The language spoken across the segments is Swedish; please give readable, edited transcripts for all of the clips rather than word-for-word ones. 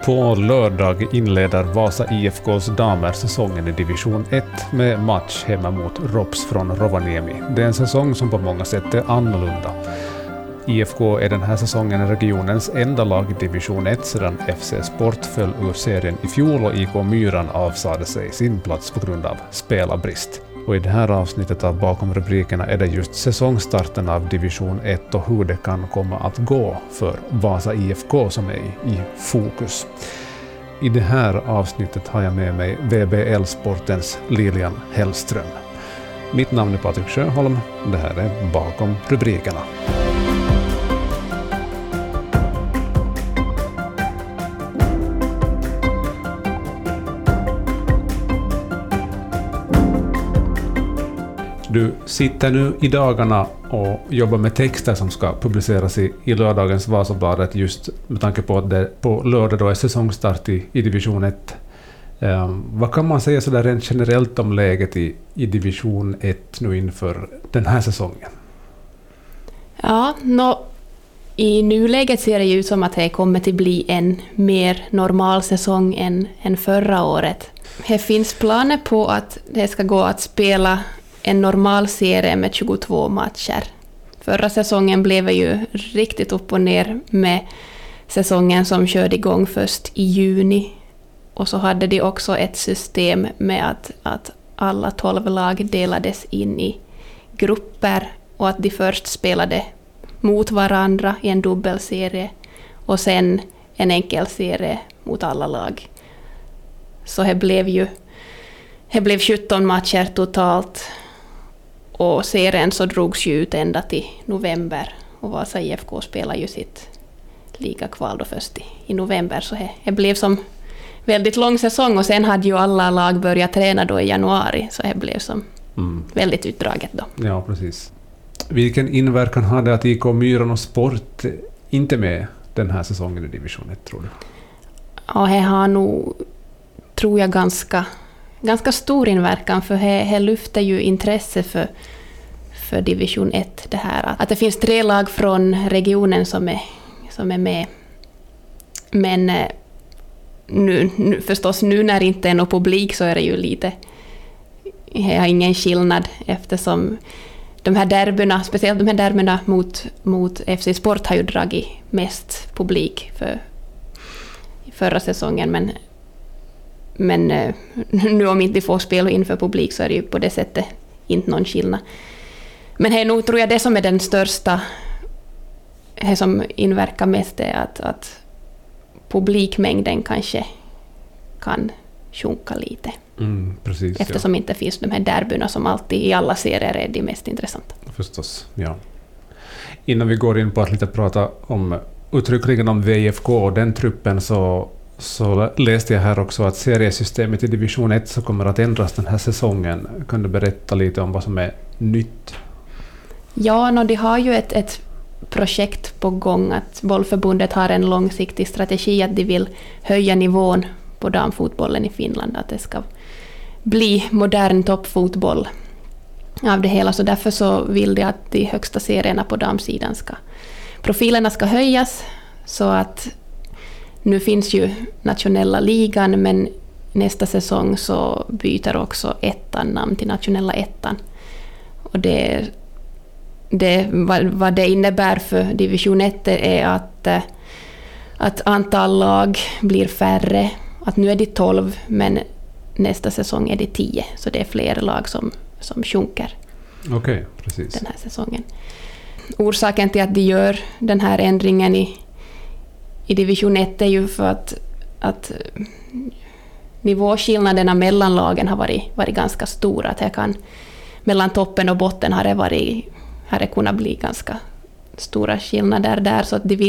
På lördag inleder Vasa IFKs damer säsongen i division 1 med match hemma mot Rops från Rovaniemi. Det är en säsong som på många sätt är annorlunda. IFK är den här säsongen regionens enda lag i division 1 sedan FC Sport föll ur serien i fjol och IK Myran avsade sig sin plats på grund av spelarbrist. Och i det här avsnittet av Bakom rubrikerna är det just säsongstarten av division 1 och hur det kan komma att gå för Vasa IFK som är i fokus. I det här avsnittet har jag med mig VBL-sportens Lilian Hellström. Mitt namn är Patrik Sjöholm. Det här är Bakom rubrikerna. Du sitter nu i dagarna och jobbar med texter som ska publiceras i lördagens Vasabladet just med tanke på att det på lördag då är säsongstart i division 1. Vad kan man säga så där rent generellt om läget i division 1 nu inför den här säsongen? Ja, i nuläget ser det ju ut som att det kommer att bli en mer normal säsong än förra året. Det finns planer på att det ska gå att spela en normal serie med 22 matcher. Förra säsongen blev ju riktigt upp och ner med säsongen som körde igång först i juni. Och så hade de också ett system med att alla 12 lag delades in i grupper och att de först spelade mot varandra i en dubbelserie och sen en enkel serie mot alla lag. Så det blev 17 matcher totalt. Och serien så drogs ju ut ända till november. Och Vasa IFK spelar ju sitt ligakval då först i november. Så det blev som väldigt lång säsong. Och sen hade ju alla lag börjat träna då i januari. Så det blev som väldigt utdraget då. Ja, precis. Vilken inverkan hade att IK Myran och Sport inte med den här säsongen i division 1, tror du? Ja, det har nog, tror jag, ganska stor inverkan, för det lyfter ju intresse för division 1 det här. Att det finns 3 lag från regionen som är med. Men nu förstås, nu när det inte är någon publik så är det ju lite, det har ingen skillnad eftersom de här derbyna, speciellt de här derbyna mot FC Sport har ju dragit mest publik för förra säsongen, men nu om inte får spela inför publik så är det ju på det sättet inte någon skillnad. Men det är nog, tror jag, det som är den största, det som inverkar mest är att publikmängden kanske kan sjunka lite. Precis, eftersom inte finns de här derbyna som alltid i alla serier är de mest intressanta. Förstås, ja. Innan vi går in på att lite prata om uttryckligen om VFK och den truppen så läste jag här också att seriesystemet i division 1 så kommer att ändras den här säsongen. Kan du berätta lite om vad som är nytt? Ja, de har ju ett projekt på gång att bollförbundet har en långsiktig strategi att de vill höja nivån på damfotbollen i Finland, att det ska bli modern toppfotboll av det hela. Så därför så vill de att de högsta serierna på damsidan profilerna ska höjas, så att nu finns ju nationella ligan, men nästa säsong så byter också ettan namn till nationella ettan. Och vad det innebär för division 1 är att antal lag blir färre. Att nu är det 12, men nästa säsong är det 10. Så det är fler lag som sjunker. Okej, precis. Den här säsongen. Orsaken till att de gör den här ändringen i division 1 är ju för att nivåskillnaderna mellan lagen har varit ganska stora. Att mellan toppen och botten har det kunnat bli ganska stora skillnader där, så att de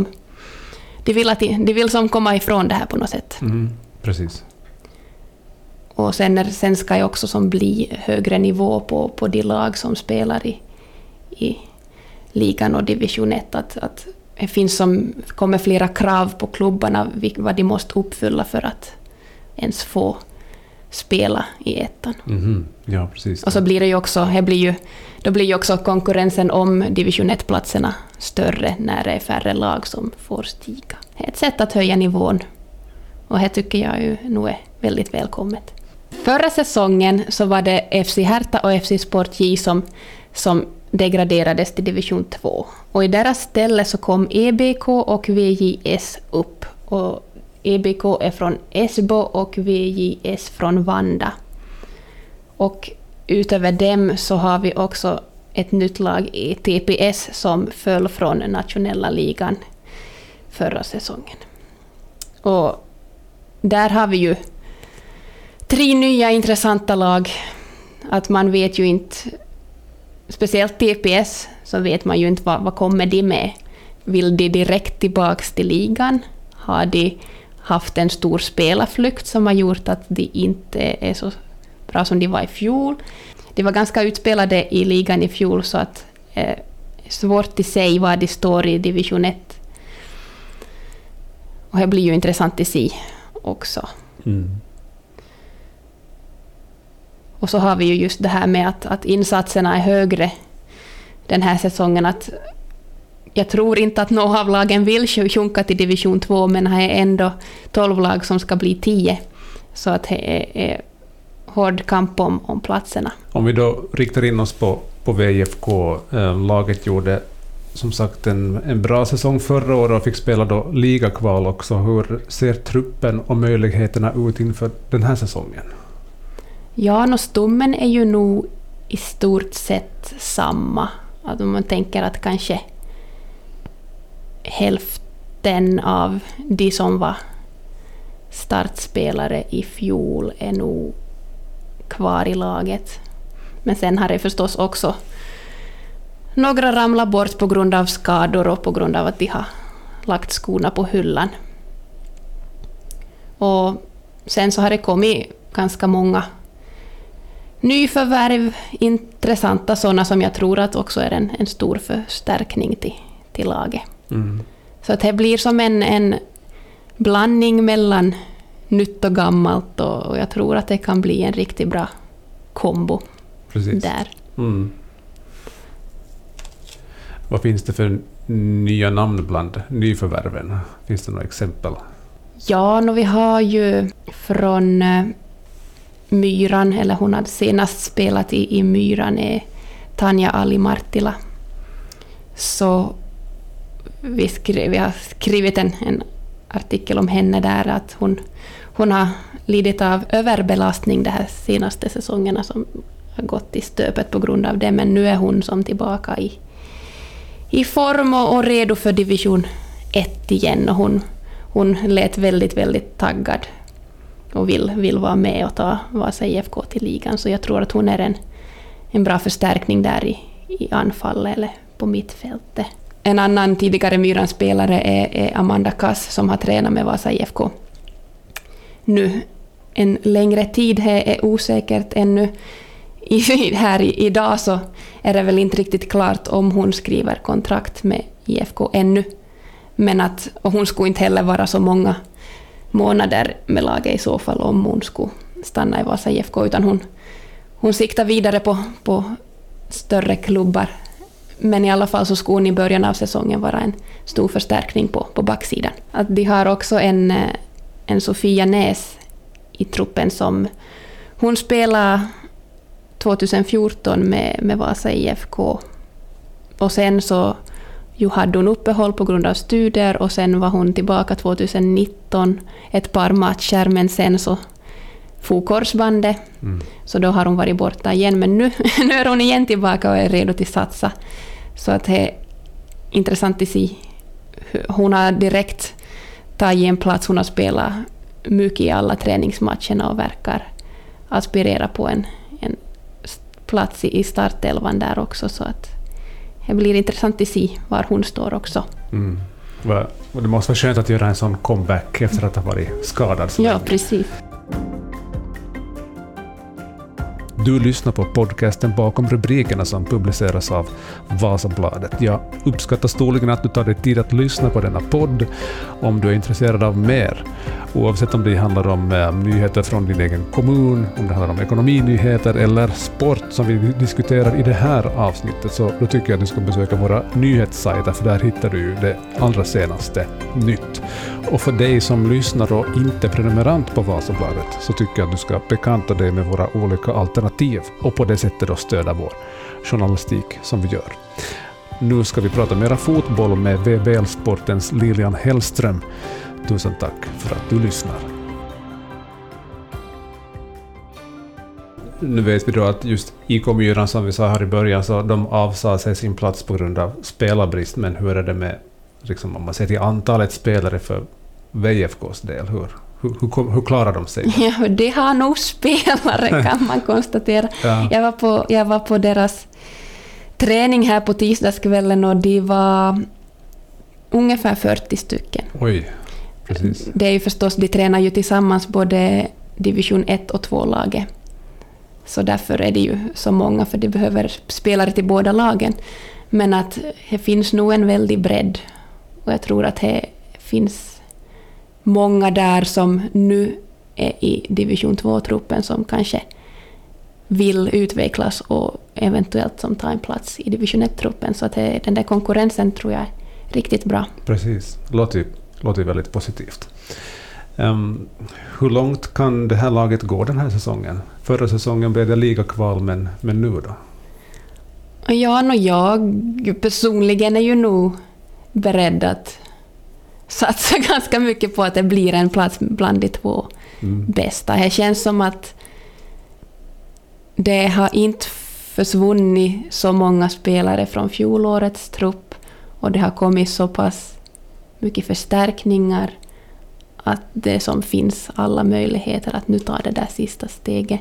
vill komma ifrån det här på något sätt. Precis. Och sen ska ju också som bli högre nivå på de lag som spelar i ligan och division 1, att det kommer flera krav på klubbarna vad de måste uppfylla för att ens få spela i ettan. Ja, precis. Och så blir det ju också, då blir ju också konkurrensen om division 1-platserna större när det är färre lag som får stiga. Det är ett sätt att höja nivån Och det tycker jag ju nog är väldigt välkommet. Förra säsongen så var det FC Hertha och FC Sport J som degraderades till division 2. Och i deras ställe så kom EBK och VJS upp. Och EBK är från Esbo och VJS från Vanda. Och utöver dem så har vi också ett nytt lag i TPS som föll från nationella ligan förra säsongen. Och där har vi ju 3 nya intressanta lag. Att man vet ju inte, speciellt TPS, så vet man ju inte vad kommer de med. Vill de direkt tillbaka till ligan? Har de haft en stor spelarflykt som har gjort att de inte är så bra som de var i fjol? De var ganska utspelade i ligan i fjol, så att svårt att säga var de står i division 1. Och det blir ju intressant att se också. Mm. Och så har vi ju just det här med att insatserna är högre den här säsongen. Att jag tror inte att några av lagen vill sjunka till division 2, men det är ändå 12 lag som ska bli 10. Så att det är hård kamp om platserna. Om vi då riktar in oss på VFK, laget gjorde som sagt en bra säsong förra året och fick spela då ligakval också. Hur ser truppen och möjligheterna ut inför den här säsongen? Ja, stommen är ju nog i stort sett samma. Att om man tänker att kanske hälften av de som var startspelare i fjol är nog kvar i laget. Men sen har det förstås också några ramlat bort på grund av skador och på grund av att de har lagt skorna på hyllan. Och sen så har det kommit ganska många nyförvärv, intressanta sådana som jag tror att också är en stor förstärkning till laget. Mm. Så att det blir som en blandning mellan nytt och gammalt, och jag tror att det kan bli en riktigt bra kombo. Precis. Där. Mm. Vad finns det för nya namn bland nyförvärven? Finns det några exempel? Ja, vi har ju från Myran, eller hon hade senast spelat i Myran, är Tanja Ali-Martila. Så vi har skrivit en artikel om henne där, att hon har lidit av överbelastning de här senaste säsongerna som har gått i stöpet på grund av det, men nu är hon som tillbaka i form och redo för division 1 igen, och hon lät väldigt, väldigt taggad och vill vara med och ta Vasa IFK till ligan, så jag tror att hon är en bra förstärkning där i anfall eller på mittfältet. En annan tidigare Myran-spelare är Amanda Kass som har tränat med Vasa IFK nu en längre tid. Det är osäkert ännu. Här idag så är det väl inte riktigt klart om hon skriver kontrakt med IFK ännu. Men och hon skulle inte heller vara så många månader med laget i så fall om hon skulle stanna i Vasa IFK, utan hon siktar vidare på större klubbar. Men i alla fall så skulle hon i början av säsongen vara en stor förstärkning på backsidan. Att de har också en Sofia Näs i truppen som hon spelade 2014 med Vasa IFK. Och sen så hade hon uppehåll på grund av studier, och sen var hon tillbaka 2019 ett par matcher, men sen så for korsbandet. Så då har hon varit borta igen, men nu är hon igen tillbaka och är redo till satsa. Så att det är intressant att se. Hon har direkt tagit en plats, hon har spelat mycket i alla träningsmatcherna och verkar aspirera på en plats i startelvan där också, så att det blir intressant att se var hon står också. Mm. Det måste vara skönt att göra en sån comeback efter att ha varit skadad. Ja, precis. Du lyssnar på podcasten Bakom rubrikerna som publiceras av Vasabladet. Jag uppskattar storligen att du tar dig tid att lyssna på denna podd om du är intresserad av mer. Oavsett om det handlar om nyheter från din egen kommun, om det handlar om ekonominyheter eller sport som vi diskuterar i det här avsnittet, så då tycker jag att du ska besöka våra nyhetssajter, för där hittar du det allra senaste nytt. Och för dig som lyssnar och inte prenumerant på Vasabladet så tycker jag att du ska bekanta dig med våra olika alternativ och på det sättet då stödja vår journalistik som vi gör. Nu ska vi prata mera fotboll med VBL-sportens Lilian Hellström. Tusen tack för att du lyssnar. Nu vet vi då att just IK Myran, som vi sa här i början, så de avsade sig sin plats på grund av spelarbrist. Men hur är det med, liksom, om man ser till antalet spelare för VFKs del? Hur klarar de sig? Ja, det har nog spelare, kan man konstatera. Ja. Jag var på deras träning här på tisdagskvällen och de var ungefär 40 stycken. Oj, precis. Det är ju förstås, de tränar ju tillsammans både division 1 och 2-laget. Så därför är det ju så många, för de behöver spelare till båda lagen. Men att det finns nog en väldig bredd. Och jag tror att det finns många där som nu är i division 2-truppen som kanske vill utvecklas och eventuellt som tar en plats i division 1-truppen. Så att den där konkurrensen tror jag är riktigt bra. Precis, låter väldigt positivt. Hur långt kan det här laget gå den här säsongen? Förra säsongen blev det ligakval, men nu då? Ja, jag personligen är ju nog beredd att satsa ganska mycket på att det blir en plats bland de två bästa. Det känns som att det har inte försvunnit så många spelare från fjolårets trupp och det har kommit så pass mycket förstärkningar att det som finns alla möjligheter att nu ta det där sista steget.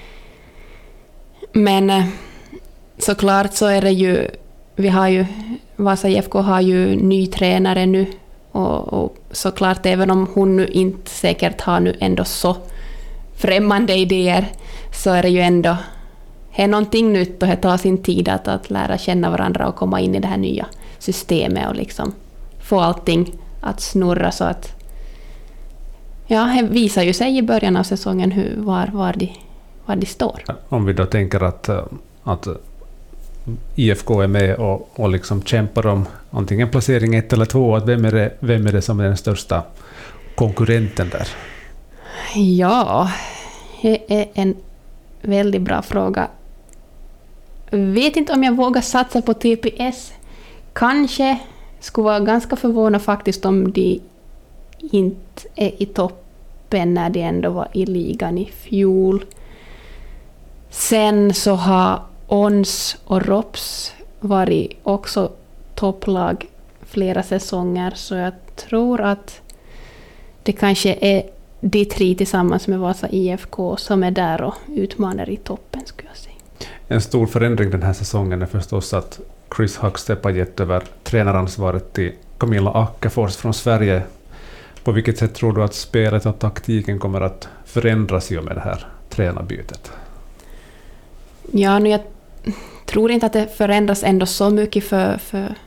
Men såklart så är det ju, vi har ju, Vasa IFK har ju ny tränare nu och såklart även om hon nu inte säkert har nu ändå så främmande idéer så är det ju ändå någonting nytt och det tar sin tid att lära känna varandra och komma in i det här nya systemet och liksom få allting att snurra så att ja, det visar ju sig i början av säsongen var de står. Om vi då tänker att IFK är med och liksom kämpar om antingen placering 1 eller 2, att vem är det som är den största konkurrenten där? Ja, det är en väldigt bra fråga. Vet inte om jag vågar satsa på TPS. Kanske skulle vara ganska förvånad faktiskt om de inte är i toppen när de ändå var i ligan i fjol. Sen så har ONS och ROPS varit också topplag flera säsonger, så jag tror att det kanske är de tre tillsammans med Vasa IFK som är där och utmanar i toppen, skulle jag säga. En stor förändring den här säsongen är förstås att Chris Hackstepp har gett över tränaransvaret till Camilla Ackefors från Sverige. På vilket sätt tror du att spelet och taktiken kommer att förändras i och med det här tränarbytet? Ja, jag tror inte att det förändras ändå så mycket för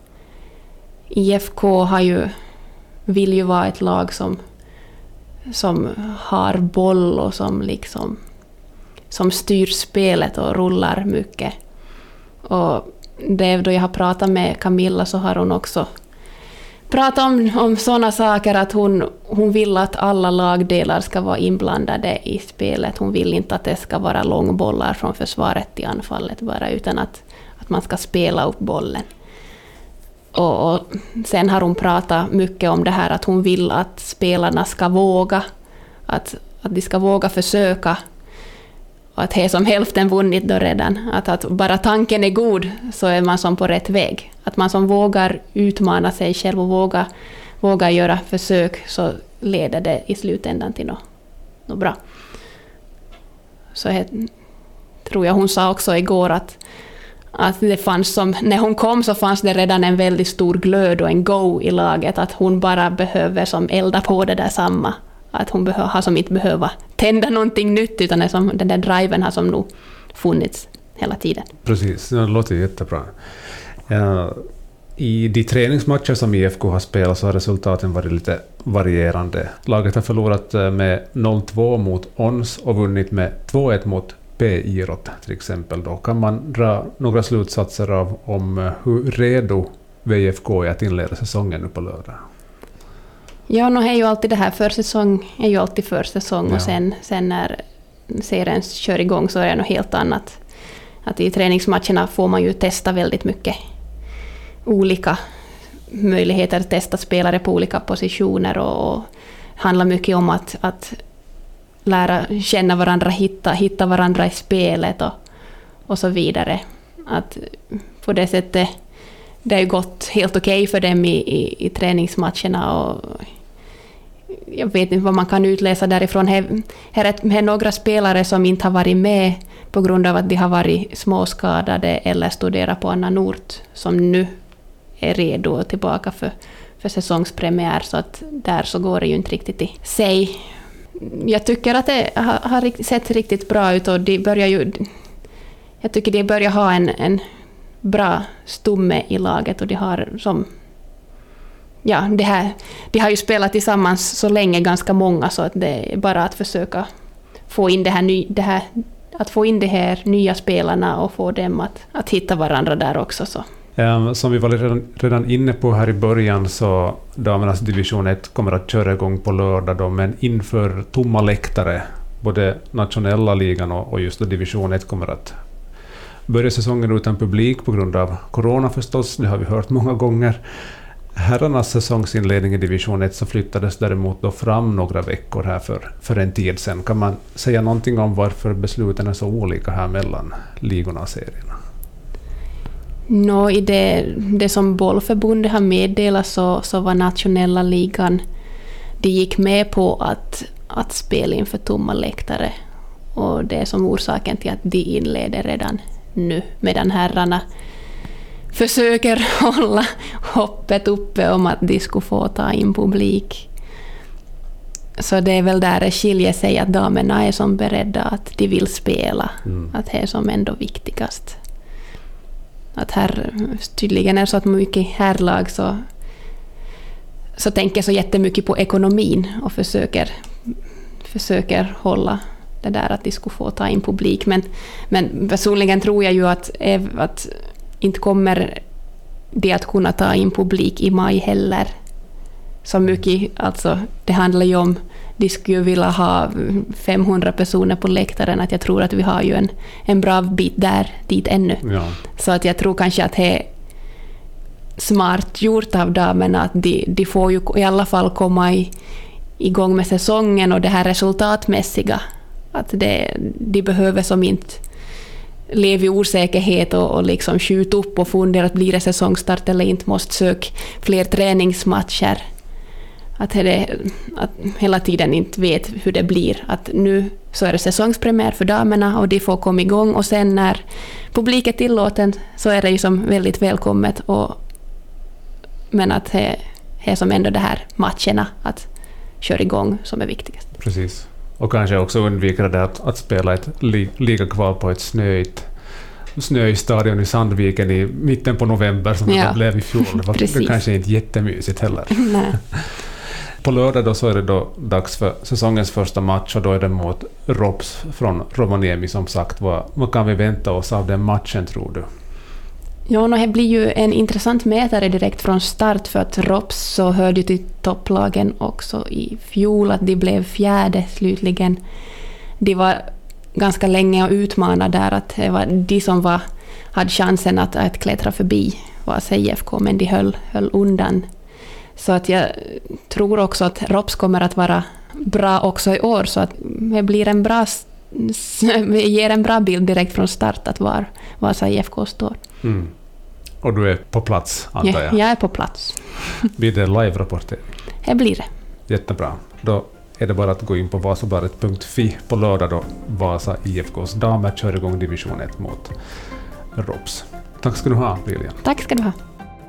IFK vill ju vara ett lag som har boll och som styr spelet och rullar mycket. Och det då jag har pratat med Camilla så har hon också pratat om sådana saker att hon vill att alla lagdelar ska vara inblandade i spelet. Hon vill inte att det ska vara långbollar från försvaret till anfallet bara, utan att man ska spela upp bollen. Och sen har hon pratat mycket om det här att hon vill att spelarna ska våga, att de ska våga försöka. Och att det är som hälften vunnit då redan. Att bara tanken är god så är man som på rätt väg. Att man som vågar utmana sig själv och vågar göra försök, så leder det i slutändan till något bra. Så jag tror jag hon sa också igår att det fanns som, när hon kom så fanns det redan en väldigt stor glöd och en go i laget. Att hon bara behöver som elda på det där samma. Att hon har som inte behöva tända någonting nytt, utan det som, den där driven har som nog funnits hela tiden. Precis, det låter jättebra. I de träningsmatcher som IFK har spelat så har resultaten varit lite varierande. Laget har förlorat med 0-2 mot ONS och vunnit med 2-1 mot P-Irot till exempel. Då kan man dra några slutsatser om hur redo VFK är att inleda säsongen nu på lördag. Ja, nu är ju alltid det här försäsong är ju alltid försäsong och sen när serien kör igång så är det något helt annat. Att i träningsmatcherna får man ju testa väldigt mycket olika möjligheter att testa spelare på olika positioner och handlar mycket om att lära känna varandra, hitta varandra i spelet och så vidare. Att på det sättet det har ju gått helt okej för dem i träningsmatcherna och jag vet inte vad man kan utläsa därifrån. Här är några spelare som inte har varit med på grund av att de har varit småskadade eller studerat på annan ort som nu är redo tillbaka för säsongspremiär, så att där så går det ju inte riktigt i sig. Jag tycker att det har sett riktigt bra ut och jag tycker de börjar ha en bra stomme i laget och de har de har ju spelat tillsammans så länge, ganska många, så att det är bara att försöka få in att få in de här nya spelarna och få dem att hitta varandra där också. Så. Som vi var redan inne på här i början så damernas division 1 kommer att köra igång på lördag då, men inför tomma läktare. Både nationella ligan och just division 1 kommer att börja säsongen utan publik på grund av corona förstås, det har vi hört många gånger. Herrarnas säsongsinledning i division 1 så flyttades däremot då fram några veckor här för en tid sedan. Kan man säga någonting om varför besluten är så olika här mellan ligorna och serierna? I det som bollförbundet har meddelat så var nationella ligan, de gick med på att spela inför tomma läktare och det är som orsaken till att de inleder redan nu, medan herrarna försöker hålla hoppet uppe om att de skulle få ta in publik. Så det är väl där det skiljer sig, att damerna är som beredda att de vill spela, att det är som ändå viktigast. Att här tydligen är så att mycket herrlag så tänker så jättemycket på ekonomin och försöker hålla det där att de skulle få ta in publik. Men personligen tror jag ju att inte kommer det att kunna ta in publik i maj heller. Så mycket, alltså det handlar ju om, de skulle vilja ha 500 personer på läktaren, att jag tror att vi har ju en bra bit dit ännu. Ja. Så att jag tror kanske att det är smart gjort av damerna att de får ju i alla fall komma igång med säsongen och det här resultatmässiga. Att de behöver som inte leva i osäkerhet och liksom skjuta upp och fundera att blir det säsongstart eller inte, måste söka fler träningsmatcher. Att hela tiden inte vet hur det blir. Att nu så är det säsongspremiär för damerna och de får komma igång och sen när publiken är tillåten så är det ju som väldigt välkommet. Men att det är som ändå det här matcherna att köra igång som är viktigast. Precis. Och kanske också undvika det att spela ett ligakval på ett snöigt stadion i Sandviken i mitten på november som det blev i fjol. Det var kanske inte jättemysigt heller. Nej. På lördag då så är det då dags för säsongens första match och då är det mot Rops från Rovaniemi som sagt. Vad kan vi vänta oss av den matchen tror du? Ja, det blir ju en intressant mätare direkt från start för att Rops så hörde till topplagen också i fjol att de blev fjärde slutligen. De var ganska länge och utmanade där, att det var de som hade chansen att klättra förbi Vasa IFK, men de höll undan. Så att jag tror också att Rops kommer att vara bra också i år, så att det blir ger en bra bild direkt från start att var Vasa IFK står. Mm. Och du är på plats, antar jag? Ja, jag är på plats. Blir det live-rapportering? Det blir det. Jättebra. Då är det bara att gå in på vasabladet.fi på lördag då Vasa IFKs damer kör igång division 1 mot Rops. Tack ska du ha, Lilian. Tack ska du ha.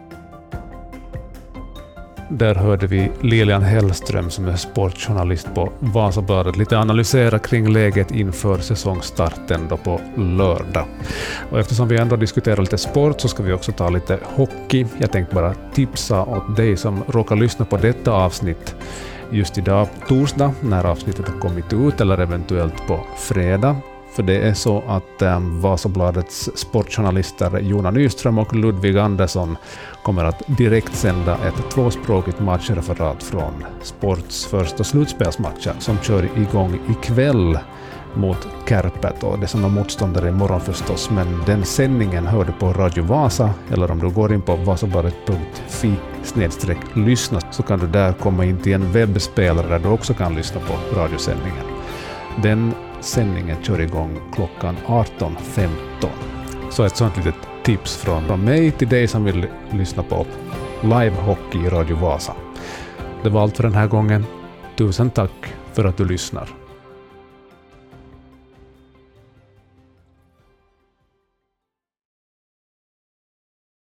Där hörde vi Lilian Hellström som är sportjournalist på Vasabladet lite analysera kring läget inför säsongstarten då på lördag. Och eftersom vi ändå diskuterar lite sport så ska vi också ta lite hockey. Jag tänkte bara tipsa åt dig som råkar lyssna på detta avsnitt just idag, torsdag, när avsnittet har kommit ut eller eventuellt på fredag. För det är så att Vasabladets sportjournalister Jona Nyström och Ludvig Andersson kommer att direkt sända ett tvåspråkigt matchreferat från Sports första slutspelsmatcher som kör igång ikväll mot Kärpät, och det som är motståndare imorgon förstås, men den sändningen hör du på Radio Vasa, eller om du går in på vasabladet.fi/lyssna så kan du där komma in till en webbspelare där du också kan lyssna på radiosändningen. Den sändningen kör igång klockan 18.15. Så ett sånt litet tips från mig till dig som vill lyssna på live-hockey i Radio Vasa. Det var allt för den här gången. Tusen tack för att du lyssnar.